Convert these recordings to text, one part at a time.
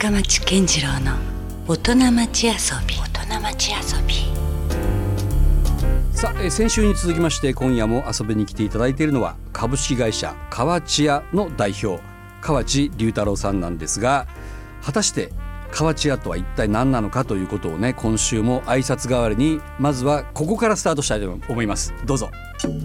深町健次郎の大人町遊び。 さあ、先週に続きまして今夜も遊びに来ていただいているのは株式会社河内屋の代表河内龍太郎さんなんですが、果たして河内屋とは一体何なのかということをね、今週も挨拶代わりにまずはここからスタートしたいと思います。どうぞ。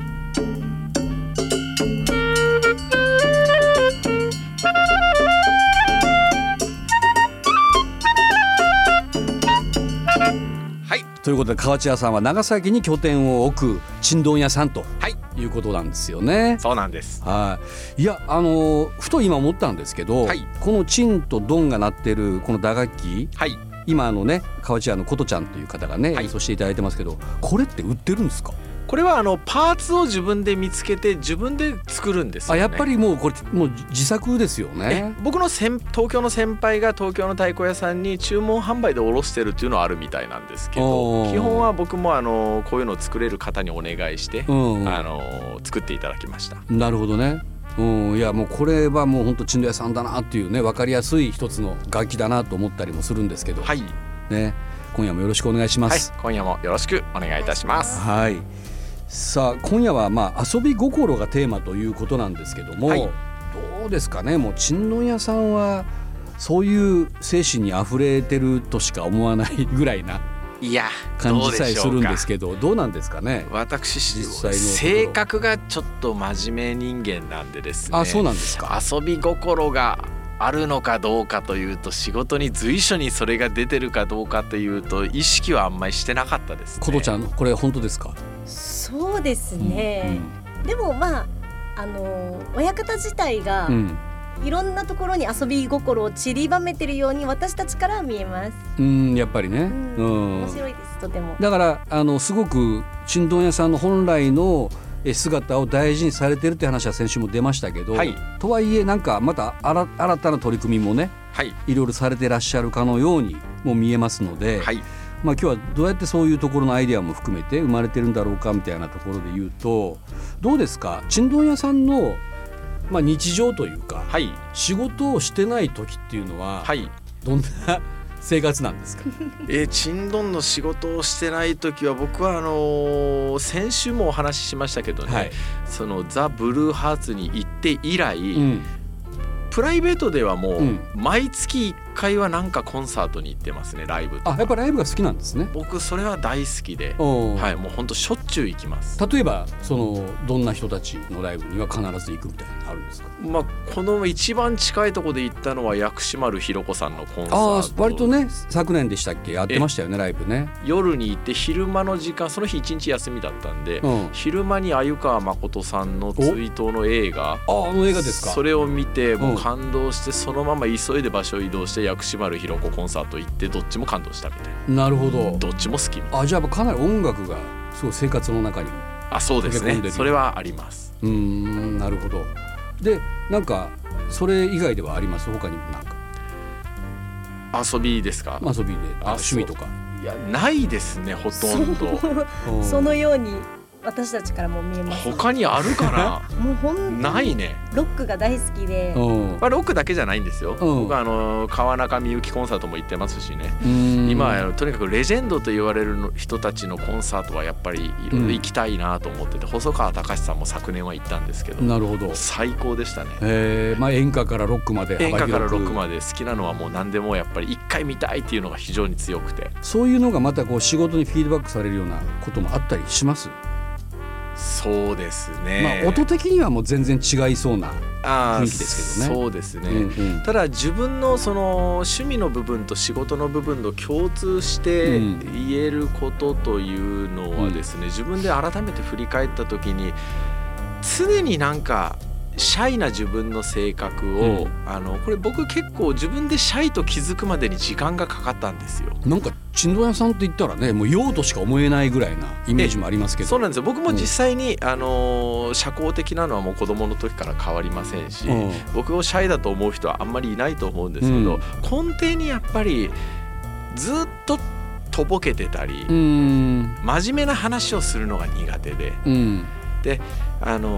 ということで河内屋さんは長崎に拠点を置くちんどん屋さんということなんですよね。 そうなんです。 はい。いや、ふと今思ったんですけど、このチンとドンが鳴ってるこの打楽器、今ね河内屋のことちゃんという方がね、演奏していただいてますけど、これって売ってるんですか？ これはパーツを自分で見つけて自分で作るんですよね。 やっぱりもうこれもう自作ですよね。 僕の東京の先輩が東京の太鼓屋さんに注文販売で卸してるっていうのはあるみたいなんですけど、基本は僕もこういうのを作れる方にお願いして、作っていただきました。 なるほどね。いやもうこれはもう本当ちんどん屋さんだなっていうね、分かりやすい一つの楽器だなと思ったりもするんですけど、ね、今夜もよろしくお願いします。 今夜もよろしくお願いいたします。 さあ今夜は遊び心がテーマということなんですけども、どうですかね、もうちんどん屋さんはそういう精神にあふれてるとしか思わないぐらいな感じさえするんですけど、どうなんですかね。 私実際の性格がちょっと真面目人間なんでですね。 そうなんですか。 遊び心があるのかどうかというと、仕事に随所にそれが出てるかどうかというと、意識はあんまりしてなかったですね。 ことちゃん、これ本当ですか？ そうですね、でも親方自体が、いろんなところに遊び心を散りばめてるように私たちからは見えます。 やっぱりね、 面白いです。とてもだからすごくちんどん屋さんの本来の姿を大事にされてるって話は先週も出ましたけど、とはいえなんかまた新たな取り組みもね、いろいろされてらっしゃるかのようにも見えますので、今日はどうやってそういうところのアイデアも含めて生まれてるんだろうかみたいなところで言うと、どうですか、ちんどん屋さんの、日常というか、仕事をしてない時っていうのは、どんな生活なんですか？ ちんどんの仕事をしてない時は、僕は先週もお話ししましたけどね、そのザ・ブルーハーツに行って以来、プライベートではもう毎月1回はなんかコンサートに行ってますね。ライブとか。 やっぱライブが好きなんですね。 僕それは大好きで、もうほんとしょっちゅう行きます。 例えばどんな人たちのライブには必ず行くみたいなのあるんですか？ この一番近いところで行ったのは薬師丸ひろ子さんのコンサート。 割とね、昨年でしたっけ、やってましたよね、ライブね。 夜に行って昼間の時間、その日一日休みだったんで、昼間に鮎川誠さんの追悼の映画、 映画ですか？ それを見てもう感動して、そのまま急いで場所を移動して薬師丸ひろ子コンサート行って、どっちも感動したみたいな。 なるほど。 どっちも好きみたいな。 じゃあかなり音楽がすごい生活の中にそうですね、それはあります。 なるほど。でなんかそれ以外ではあります？他にもなんか遊びですか？ 遊びで趣味とか。 いや、ないですね、ほとんど。 そのように私たちからも見えます。 他にあるかな？ もう本当にないね。 ロックが大好きで、 ロックだけじゃないんですよ。僕は川中美幸コンサートも行ってますしね。今はとにかくレジェンドと言われる人たちのコンサートはやっぱりいろいろ行きたいなと思ってて、細川たかしさんも昨年は行ったんですけど。 なるほど。 最高でしたね。 演歌からロックまで、 演歌からロックまで好きなのはもう何でもやっぱり一回見たいっていうのが非常に強くて、 そういうのがまた仕事にフィードバックされるようなこともあったりします？ そうですね、 音的にはもう全然違いそうな雰囲気ですけどね。 そうですね、ただ自分のその趣味の部分と仕事の部分と共通して言えることというのはですね、自分で改めて振り返った時に、常になんかシャイな自分の性格を、これ僕結構自分でシャイと気づくまでに時間がかかったんですよ。 なんかちんどん屋さんって言ったらね、もう用としか思えないぐらいなイメージもありますけど。 そうなんですよ。僕も実際に、社交的なのはもう子供の時から変わりませんし、僕をシャイだと思う人はあんまりいないと思うんですけど、根底にやっぱりずっととぼけてたり、真面目な話をするのが苦手で、で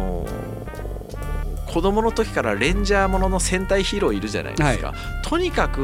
子供の時からレンジャーものの戦隊ヒーローいるじゃないですか、とにかく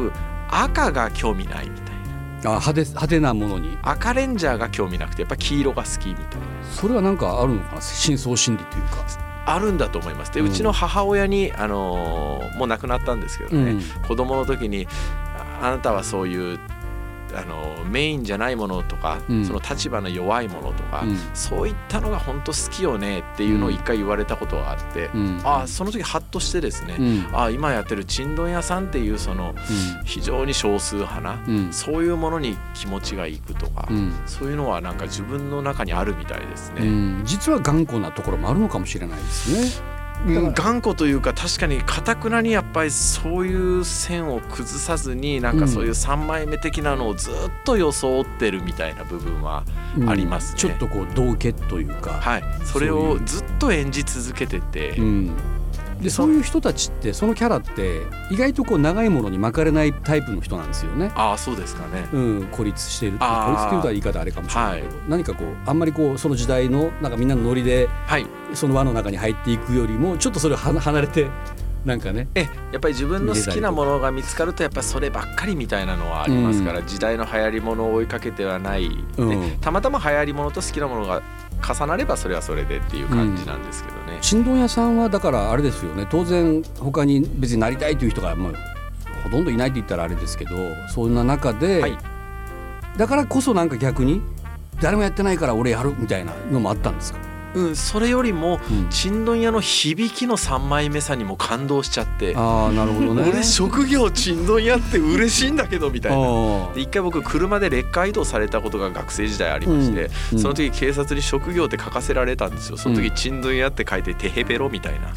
赤が興味ないみたいな。 派手なものに赤レンジャーが興味なくてやっぱ黄色が好きみたいな。 それはなんかあるのかな、深層心理というか。 あるんだと思います。で、うちの母親に、もう亡くなったんですけどね、子供の時にあなたはそういうメインじゃないものとか、その立場の弱いものとか、そういったのが本当好きよねっていうのを一回言われたことがあって、その時ハッとしてですね、今やってるちんどん屋さんっていうその非常に少数派な、そういうものに気持ちがいくとか、そういうのはなんか自分の中にあるみたいですね。 実は頑固なところもあるのかもしれないですね。 頑固というか、確かに堅くなにやっぱりそういう線を崩さずに、なんかそういう3枚目的なのをずっと装ってるみたいな部分はありますね。 ちょっとこう道化というか、 それをずっと演じ続けてて、 でそういう人たちってそのキャラって意外とこう長いものに巻かれないタイプの人なんですよね。 そうですかね。 孤立している、孤立っていうとは言い方あれかもしれないけど、何かこうあんまりこうその時代のなんかみんなのノリで、その輪の中に入っていくよりもちょっとそれを離れて、なんかね、 やっぱり自分の好きなものが見つかるとやっぱりそればっかりみたいなのはありますから、時代の流行りものを追いかけてはない、たまたま流行りものと好きなものが重なればそれはそれでっていう感じなんですけどね。 ちんどん屋さんはだからあれですよね、当然他に別になりたいという人がもうほとんどいないって言ったらあれですけど、そんな中で、だからこそなんか逆に誰もやってないから俺やるみたいなのもあったんですか？ それよりもちんどん屋の響きの3枚目さにも感動しちゃって、 なるほどね、 俺職業ちんどん屋って嬉しいんだけどみたいな。で一回僕車でレッカー移動されたことが学生時代ありまして、その時警察に職業って書かせられたんですよ。その時ちんどん屋って書いてテヘベロみたいな、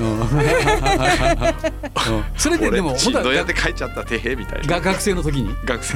それででもちんどん屋って書いちゃったテヘみたいな。 学生の時に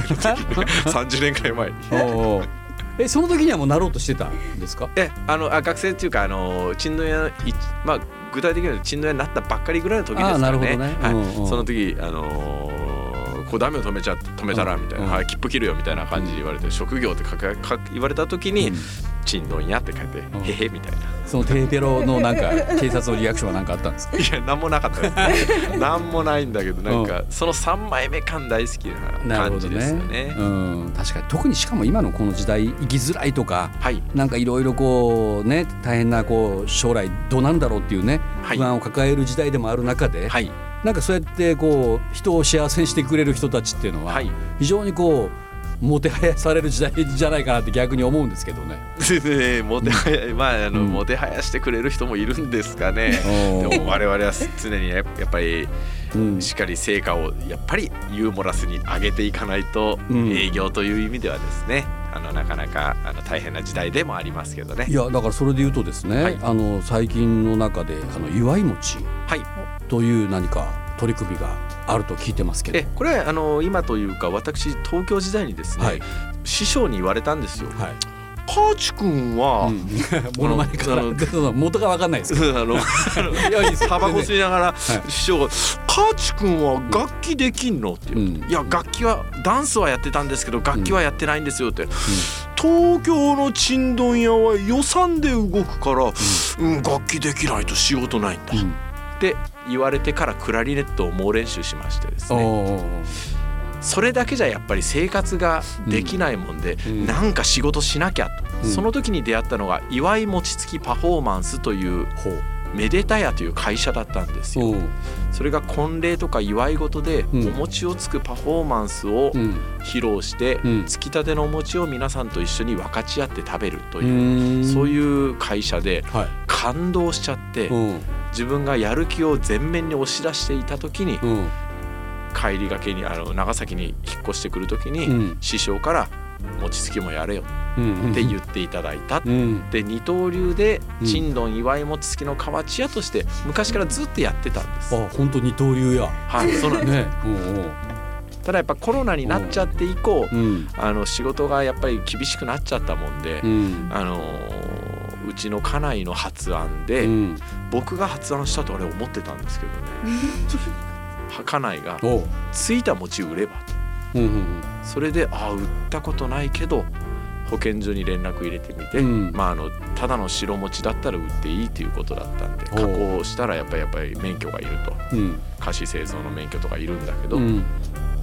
30年くらい前にその時にはもうなろうとしてたんですか？ 学生っていうかちんどん屋、具体的にはちんどん屋になったばっかりぐらいの時ですからね。その時こうダメを止めたらみたいな、切符切るよみたいな感じで言われて、職業って言われた時にちんどん屋って書いてへへみたいな。 そのテーペロのなんか警察のリアクションは何かあったんですか？ いや、何もなかったです何もないんだけど、なんかその3枚目感大好きな感じですよね。 確かに、特にしかも今のこの時代生きづらいとか、なんかいろいろこうね、大変なこう将来どうなんだろうっていうね、不安を抱える時代でもある中で、なんかそうやってこう人を幸せにしてくれる人たちっていうのは非常にこうもてはやされる時代じゃないかなって逆に思うんですけどね。 もてはやしてくれる人もいるんですかね。でも我々は常にやっぱりしっかり成果をやっぱりユーモラスに上げていかないと、営業という意味ではですね、なかなか大変な時代でもありますけどね。 いや、だからそれで言うとですね、最近の中で祝い餅という何か取り組みがあると聞いてますけど、 これは今というか、私東京時代にですね、師匠に言われたんですよ。カーチ君はモノマネから元が分かんないですけどタバコ吸いながら師匠が「カーチ君は楽器できんの?」って言うと「いや、楽器はダンスはやってたんですけど楽器はやってないんですよ」って。東京のちんどん屋は予算で動くから、楽器できないと仕事ないんだって言われてから、クラリネットを猛練習しましてですね、それだけじゃやっぱり生活ができないもんで、なんか仕事しなきゃと、その時に出会ったのが祝い餅つきパフォーマンスというめでたやという会社だったんですよ。それが婚礼とか祝い事でお餅をつくパフォーマンスを披露して、つきたてのお餅を皆さんと一緒に分かち合って食べるという、そういう会社で感動しちゃって、自分がやる気を前面に押し出していた時に、帰りがけに長崎に引っ越してくる時に、師匠から餅つきもやれよって言っていただいた。で、二刀流でちんどん祝い餅つきの河内屋として昔からずっとやってたんです。 本当二刀流や。 そうなんですね。ただやっぱコロナになっちゃって以降、仕事がやっぱり厳しくなっちゃったもんで、うちの家内の発案で、僕が発案したと俺思ってたんですけどね家内がついた餅売ればと、それで売ったことないけど保健所に連絡入れてみて、ただの白餅だったら売っていいということだったんで、加工したらやっぱり免許がいると、菓子製造の免許とかいるんだけど、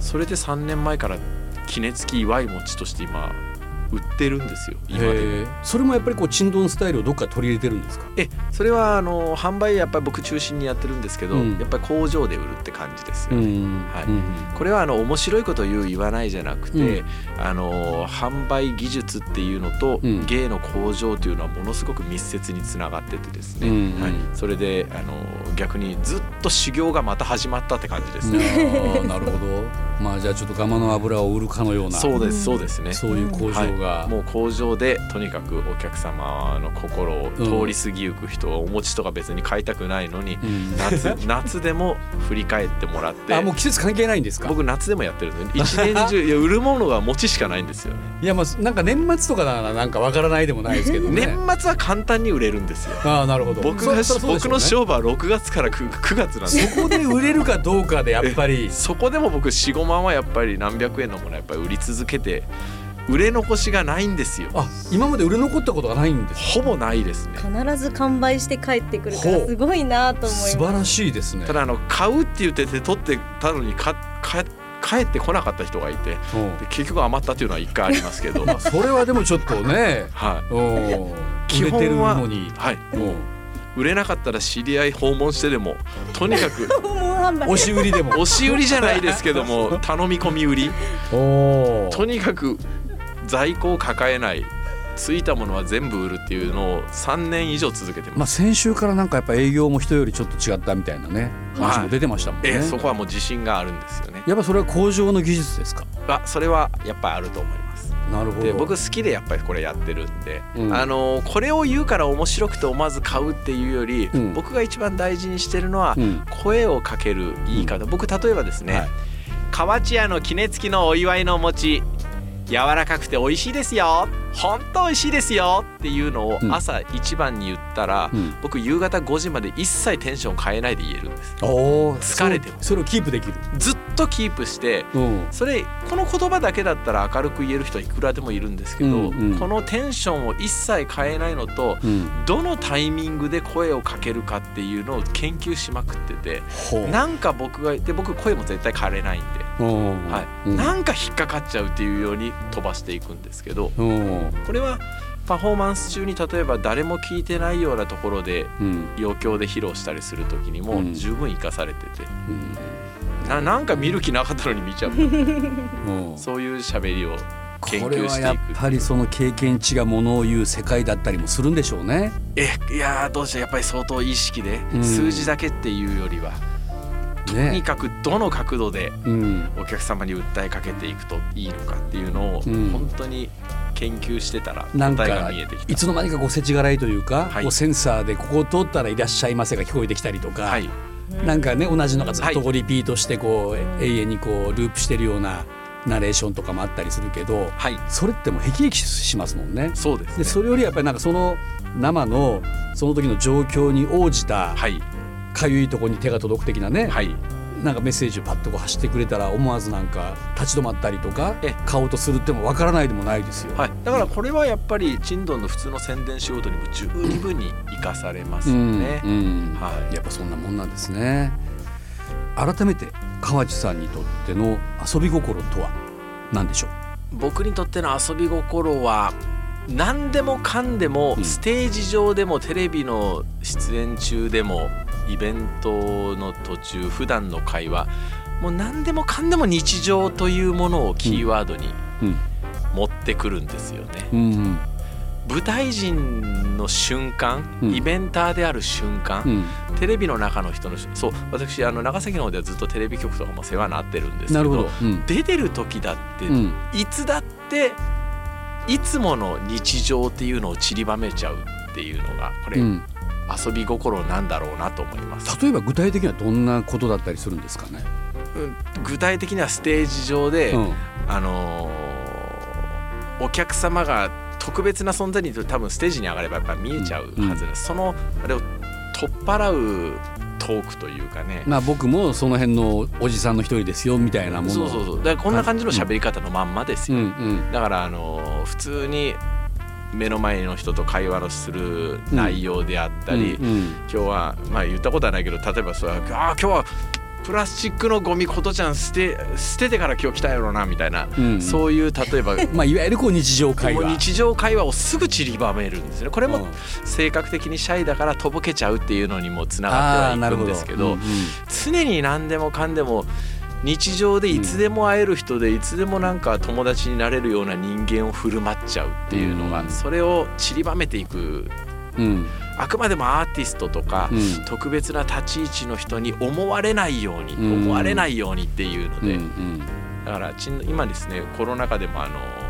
それで3年前から杵つき祝い餅として今売ってるんですよ。今でもそれもやっぱりこうチンドンスタイルをどっか取り入れてるんですか？ それは販売やっぱり僕中心にやってるんですけど、やっぱり工場で売るって感じですよね。これは面白いこと言わないじゃなくて、販売技術っていうのと芸の工場というのはものすごく密接につながっててですね、それで逆にずっと修行がまた始まったって感じですね。 なるほど。まあじゃあちょっとガマの油を売るかのような、 そうですね。 そういう工場が、 もう工場でとにかくお客様の心を通り過ぎゆく人はお餅とか別に買いたくないのに、夏でも振り返ってもらって。 もう季節関係ないんですか？ 僕夏でもやってるんで一年中売るものが餅しかないんですよね。 いやなんか年末とかならなんかわからないでもないですけどね。 年末は簡単に売れるんですよ。 なるほど。 僕の勝負は6月から9月なんで、 そこで売れるかどうかでやっぱりそこでも僕 4,5 万はやっぱり何百円のものやっぱり売り続けて、売れ残しがないんですよ。 今まで売れ残ったことがないんですか？ほぼないですね。 必ず完売して帰ってくるからすごいなと思います。 素晴らしいですね。 ただ買うって言ってて取ってたのに帰ってこなかった人がいて、結局余ったっていうのは1回ありますけどそれはでもちょっとね、 基本は売れなかったら知り合い訪問してでもとにかく押し売りでも押し売りじゃないですけども頼み込み売り、とにかく在庫を抱えない、ついたものは全部売るっていうのを3年以上続けてます。 先週からなんかやっぱ営業も人よりちょっと違ったみたいなね話も出てましたもんね。 そこはもう自信があるんですよね。 やっぱそれは工場の技術ですか？ それはやっぱりあると思います。 なるほど。 で僕好きでやっぱりこれやってるんで、これを言うから面白くて思わず買うっていうより、僕が一番大事にしてるのは、声をかける言い方。僕例えばですね、河内屋の杵つきのお祝いのお餅柔らかくて美味しいですよ、本当美味しいですよっていうのを朝一番に言ったら、僕夕方5時まで一切テンション変えないで言えるんです。疲れてもそれをキープできる。 ずっとキープして、この言葉だけだったら明るく言える人はいくらでもいるんですけど、このテンションを一切変えないのと、どのタイミングで声をかけるかっていうのを研究しまくってて、なんか僕声も絶対変えれないんで、なんか引っかかっちゃうっていうように飛ばしていくんですけど、これはパフォーマンス中に例えば誰も聞いてないようなところで余興で披露したりする時にも十分活かされてて、なんか見る気なかったのに見ちゃうそういう喋りを研究していく。 これはやっぱりその経験値がものを言う世界だったりもするんでしょうね。 いやどうしてやっぱり相当意識で、数字だけっていうよりはとにかくどの角度でお客様に訴えかけていくといいのかっていうのを本当に研究してたら答えが見えてきた。 いつの間にか世知辛いというか、センサーでここを通ったらいらっしゃいませが聞こえてきたりとか、なんかね同じのがずっとリピートして永遠にループしてるようなナレーションとかもあったりするけど、それってもう辟易しますもんね。 そうですね。 でそれよりやっぱりなんかその生のその時の状況に応じたかゆいところに手が届く的なね、なんかメッセージをパッと走ってくれたら思わずなんか立ち止まったりとか買おうとするっても分からないでもないですよ。 だからこれはやっぱりチンドンの普通の宣伝仕事にも十分に生かされますよね。 やっぱそんなもんなんですね。改めて河内さんにとっての遊び心とは何でしょう？ 僕にとっての遊び心は何でもかんでも、ステージ上でもテレビの出演中でもイベントの途中普段の会話、もう何でもかんでも日常というものをキーワードに持ってくるんですよね。舞台人の瞬間、イベンターである瞬間、テレビの中の人の私長崎の方ではずっとテレビ局とかも世話になってるんですけど、出てる時だって、いつだっていつもの日常っていうのを散りばめちゃうっていうのがこれ、遊び心なんだろうなと思います。 例えば具体的にはどんなことだったりするんですかね？ 具体的にはステージ上で、お客様が特別な存在に多分ステージに上がればやっぱ見えちゃうはずです。そのあれを取っ払うトークというかね、 僕もその辺のおじさんの一人ですよみたいなものをだからこんな感じの喋り方のまんまですよ。だから普通に目の前の人と会話をする内容であったり、今日は言ったことはないけど、例えば今日はプラスチックのゴミことちゃん捨ててから今日来たやろなみたいな、そういう例えばまあいわゆるこう日常会話をすぐ散りばめるんですね。これも性格的にシャイだからとぼけちゃうっていうのにもつながってはいくんですけど、常に何でもかんでも日常でいつでも会える人でいつでもなんか友達になれるような人間を振る舞っちゃうっていうのが、それを散りばめていく、あくまでもアーティストとか、特別な立ち位置の人に思われないようにっていうので、だから今ですね、コロナ禍でも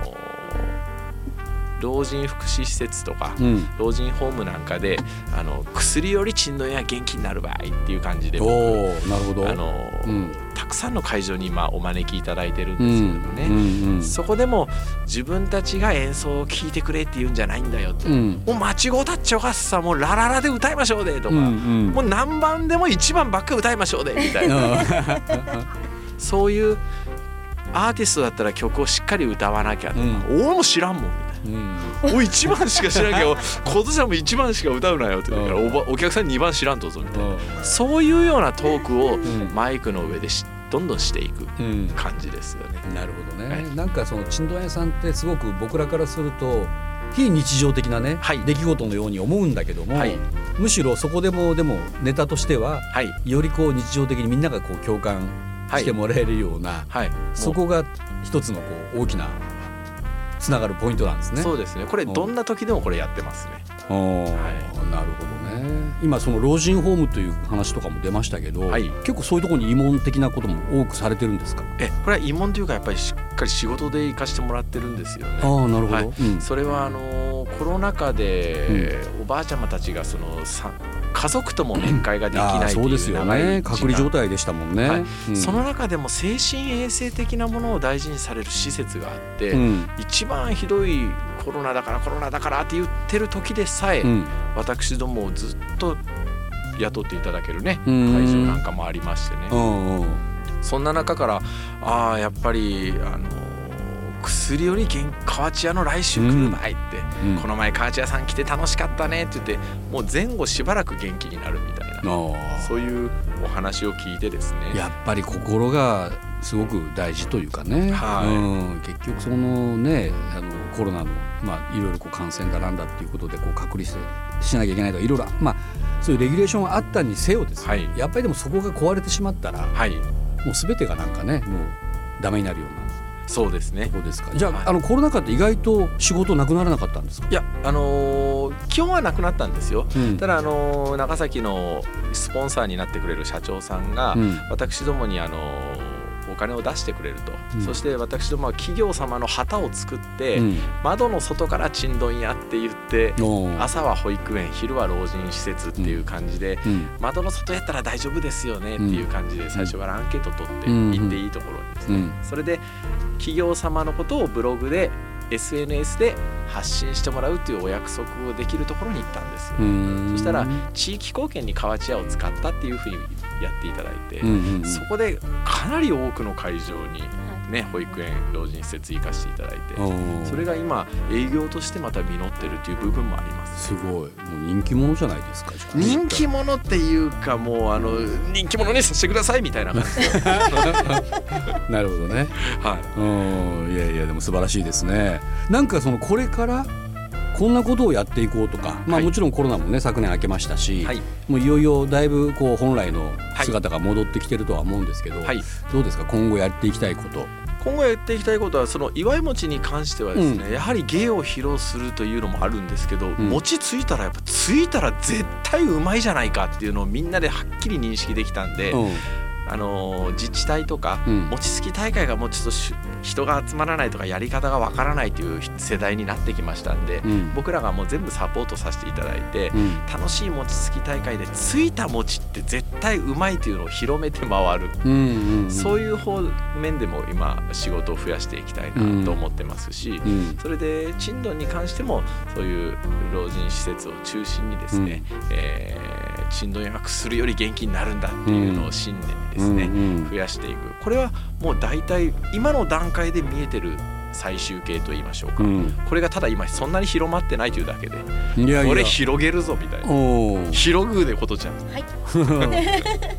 老人福祉施設とか、老人ホームなんかで薬よりちんどんや元気になる場合っていう感じで、 なるほど、 たくさんの会場に今お招きいただいてるんですけどもね、そこでも自分たちが演奏を聴いてくれって言うんじゃないんだよと、もう間違うたっちゃおかっさ、もうラララで歌いましょうでとか、もう何番でも1番ばっか歌いましょうでみたいなそういうアーティストだったら曲をしっかり歌わなきゃとか、俺も知らんもんみたいな。1番しか知らなきゃ小津ちゃんも1番しか歌うなよって言うから、お客さん2番知らんとぞみたいな、そういうようなトークをマイクの上でどんどんしていく感じですよね。 なるほどね、なんかそのちんどん屋さんってすごく僕らからすると非日常的なね、出来事のように思うんだけども、むしろそこでもネタとしては、よりこう日常的にみんながこう共感してもらえるような、そこが一つのこう大きなつながるポイントなんですね。 そうですね。これどんな時でもこれやってますね。 なるほどね。今その老人ホームという話とかも出ましたけど、結構そういうところに慰問的なことも多くされてるんですか？ これは慰問というかやっぱりしっかり仕事で行かしてもらってるんですよね。 なるほど。 それはコロナ禍で、おばあちゃまたちがその家族とも面会ができないという長い時間、 そうですよね。隔離状態でしたもんね。 その中でも精神衛生的なものを大事にされる施設があって、一番ひどいコロナだからって言ってる時でさえ、私どもをずっと雇っていただけるね、会場なんかもありましてね、そんな中からやっぱり薬より河内屋の来週来る場合って、この前河内屋さん来て楽しかったねって言って、もう前後しばらく元気になるみたいな、そういうお話を聞いてですね、 やっぱり心がすごく大事というかね、結局そのねコロナのいろいろこう感染だなんだっていうことでこう隔離しなきゃいけないとかいろいろそういうレギュレーションはあったにせよですね、やっぱりでもそこが壊れてしまったら、もう全てがなんかねもうダメになるような。 そうですね。 そうですか。じゃあ、コロナ禍って意外と仕事なくならなかったんですか？ いや、基本はなくなったんですよ。ただ長崎のスポンサーになってくれる社長さんが、私どもにお金を出してくれると、そして私どもは企業様の旗を作って、窓の外からちんどん屋って言って、朝は保育園、昼は老人施設っていう感じで、窓の外やったら大丈夫ですよねっていう感じで最初からアンケート取って行っていいところにですね、それで企業様のことをブログで SNS で発信してもらうというお約束をできるところに行ったんですよ。そしたら地域貢献に河内屋を使ったっていうふうにやっていただいて、そこでかなり多くの会場にね、保育園、老人施設行かせていただいて、それが今営業としてまた実ってるという部分もあります。 すごい、もう人気者じゃないですか。 人気者っていうか、もう人気者にさせてくださいみたいな感じなるほどね。いやいやでも素晴らしいですね。なんかそのこれからこんなことをやっていこうとか、もちろんコロナもね昨年明けましたし、もういよいよだいぶこう本来の姿が戻ってきてるとは思うんですけど、どうですか今後やっていきたいこと。 今後やっていきたいことは、その祝い餅に関してはですね、やはり芸を披露するというのもあるんですけど、餅ついたら絶対うまいじゃないかっていうのをみんなではっきり認識できたんで、自治体とか、餅つき大会がもうちょっと人が集まらないとかやり方がわからないという世代になってきましたんで、僕らがもう全部サポートさせていただいて、楽しい餅つき大会でついた餅って絶対うまいというのを広めて回る、そういう方面でも今仕事を増やしていきたいなと思ってますし、それでちんどんに関してもそういう老人施設を中心にですね、ちんどんや薬より元気になるんだっていうのを信念にですね、増やしていく。これはもう大体今の段階で見えてる最終形と言いましょうか、これがただ今そんなに広まってないというだけで、これ広げるぞみたいな、広ぐでことじゃん。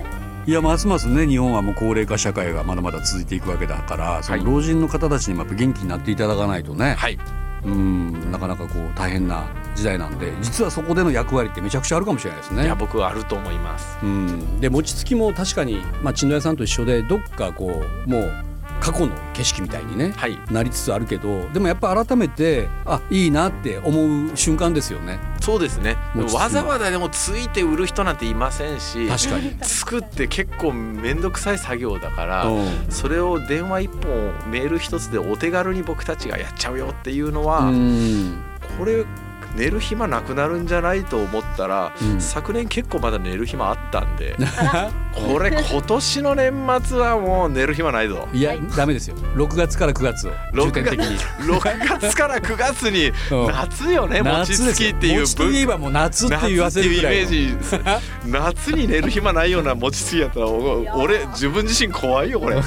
いやますますね日本はもう高齢化社会がまだまだ続いていくわけだから、その老人の方たちにもやっぱ元気になっていただかないとね、なかなかこう大変な時代なんで、実はそこでの役割ってめちゃくちゃあるかもしれないですね。 いや僕はあると思います。 で餅つきも確かに、ちんどん屋さんと一緒でどっかこうもう過去の景色みたいにね、なりつつあるけど、でもやっぱ改めていいなって思う瞬間ですよね。 そうですね。わざわざでもついて売る人なんていませんし、 確かに作って結構めんどくさい作業だから、それを電話一本メール一つでお手軽に僕たちがやっちゃうよっていうのは、これ寝る暇なくなるんじゃないと思ったら、昨年結構まだ寝る暇あったんでこれ今年の年末はもう寝る暇ないぞ。 いやダメですよ。6月から9月を重点的に 6月から9月に夏よね、餅つきっていう餅といえばもう夏って言わせるぐらいのイメージ夏に寝る暇ないような餅つきやったら俺自分自身怖いよこれ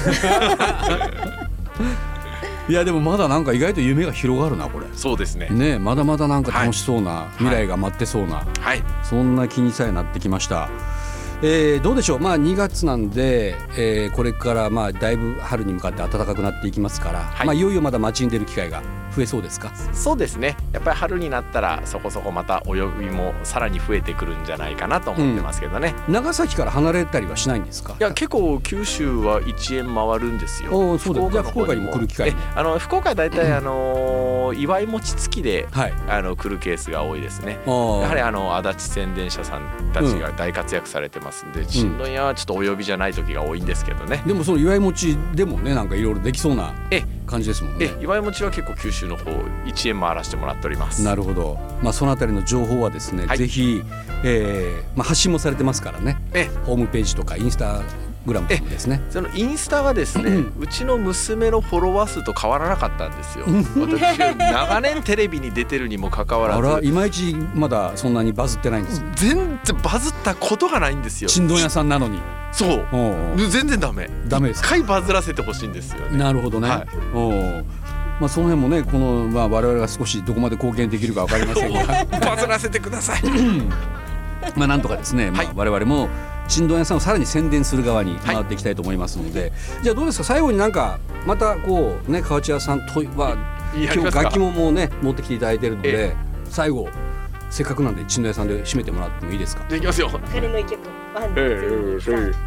いやでもまだなんか意外と夢が広がるなこれ。 そうですね。 ね、まだまだなんか楽しそうな、未来が待ってそうな、そんな気にさえなってきました。どうでしょう、2月なんで、これからだいぶ春に向かって暖かくなっていきますから、いよいよまだ街に出る機会が増えそうですか？ そうですね。やっぱり春になったらそこそこまた泳ぎもさらに増えてくるんじゃないかなと思ってますけどね。 長崎から離れたりはしないんですか？ いや結構九州は一円回るんですよ。 そうだ。じゃあ福岡にも来る機会福岡はだいたい祝い餅つきで、来るケースが多いですね。やはり足立宣伝者さんたちが大活躍されてますんで、ちんどん屋はちょっとお呼びじゃない時が多いんですけどね。 でもその祝い餅でもねなんかいろいろできそうな感じですもんね。 祝い餅は結構九州の方1円回らせてもらっております。 なるほど。そのあたりの情報はですね、ぜひ、発信もされてますからね。ホームページとかインスタグラムですね。 そのインスタはですね、うちの娘のフォロワー数と変わらなかったんですよ。私長年テレビに出てるにもかかわらずいまいちまだそんなにバズってないんです。 全然バズったことがないんですよ。 ちんどん屋さんなのに。 そう全然ダメです。一回バズらせてほしいんですよね。 なるほどね。その辺もねこの、我々が少しどこまで貢献できるか分かりませんがバズらせてくださいなんとかですね、我々もちんどん屋さんをさらに宣伝する側に回っていきたいと思いますので、じゃあどうですか、最後になんかまたこうね河内屋さんとは今日楽器もね持ってきていただいているので、最後せっかくなんでちんどん屋さんで締めてもらってもいいですか？ いきますよ。 彼の一曲ワンツースリー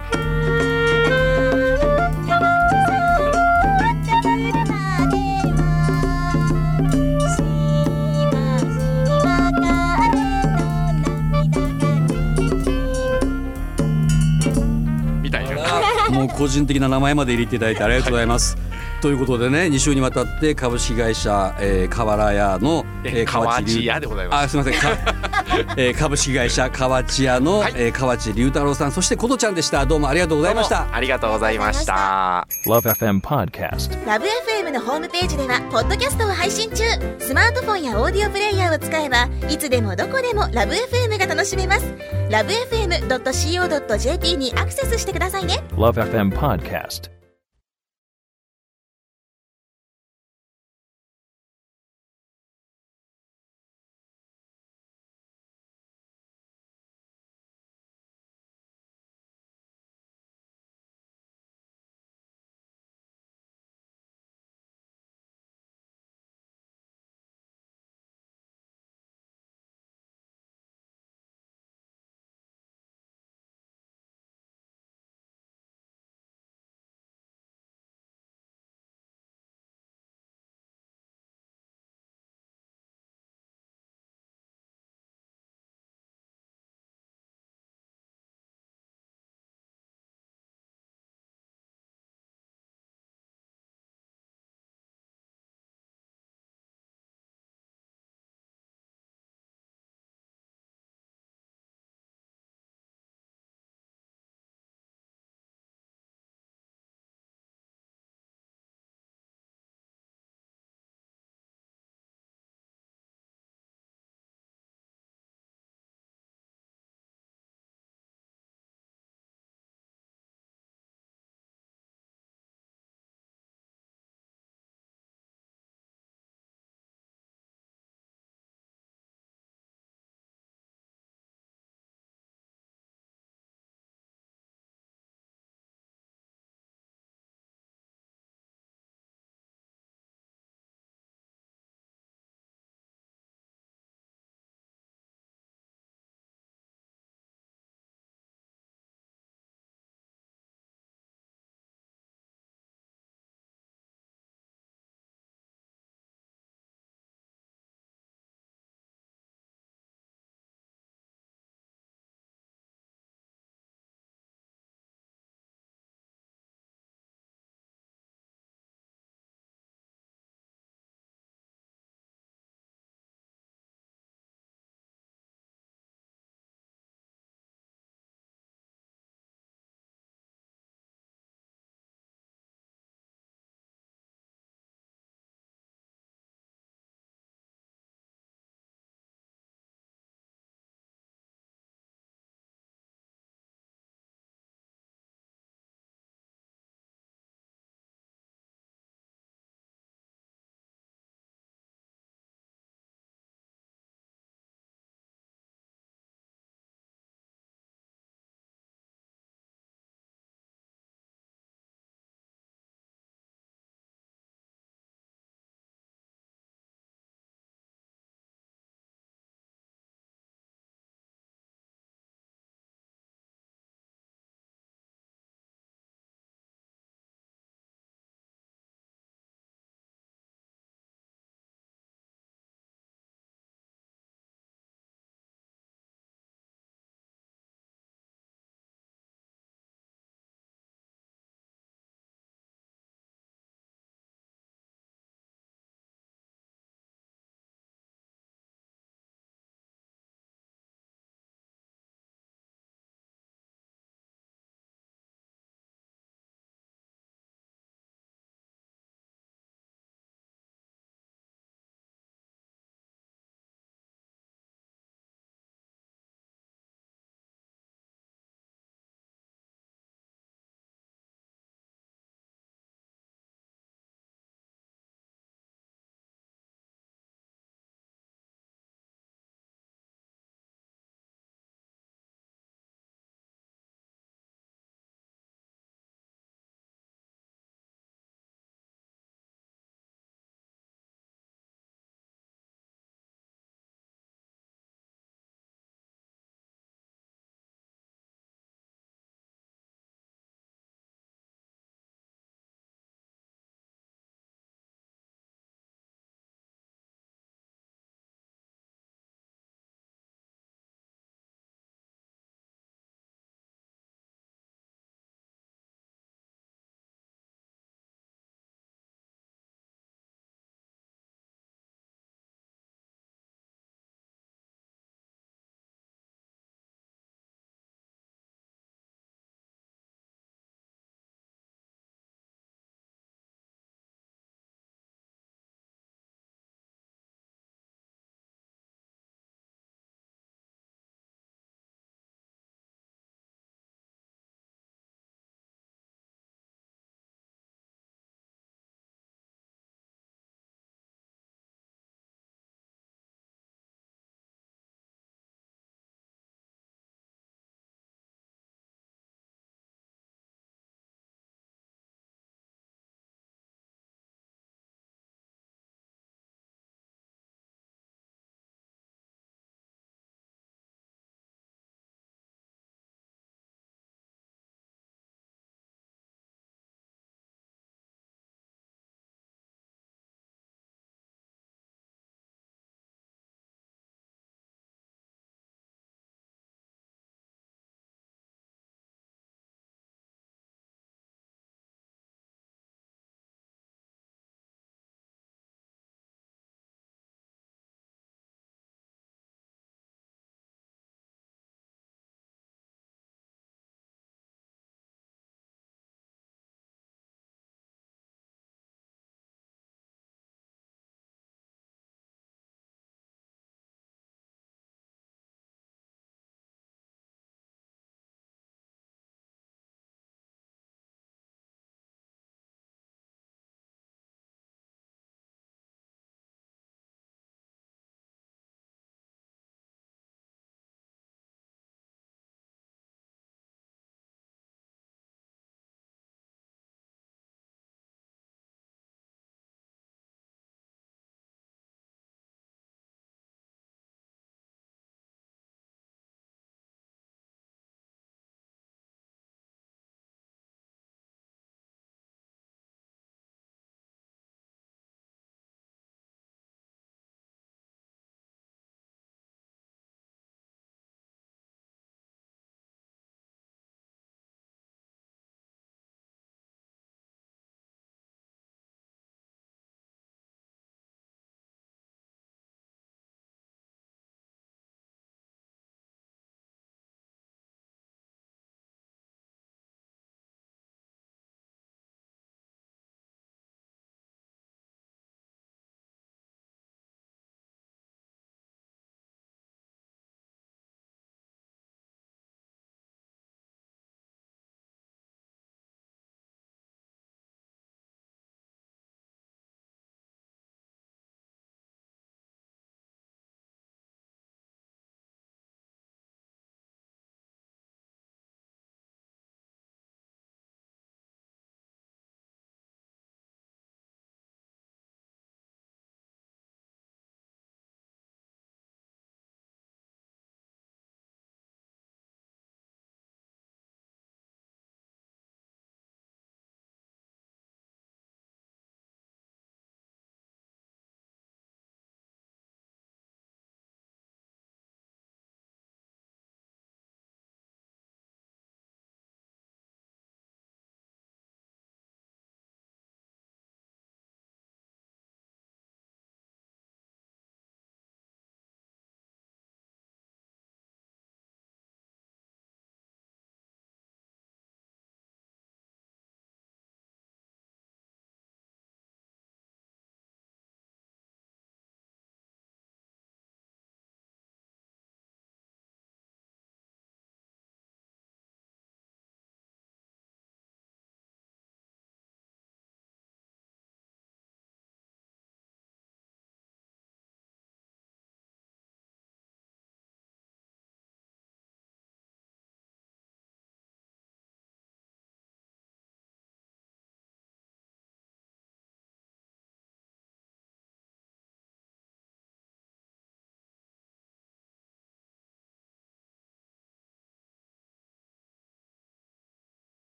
もう個人的な名前まで入れていただいてありがとうございます、ということでね、2週にわたって株式会社河原屋の河内屋でございます。 すみません株式会社河内屋の河内龍太郎さん、そして琴ちゃんでした。どうもありがとうございました。 ありがとうございました。 LoveFM Podcast LoveFM のホームページではポッドキャストを配信中。スマートフォンやオーディオプレイヤーを使えばいつでもどこでも LoveFM が楽しめます。 LoveFM.co.jp にアクセスしてくださいね。 LoveFM Podcast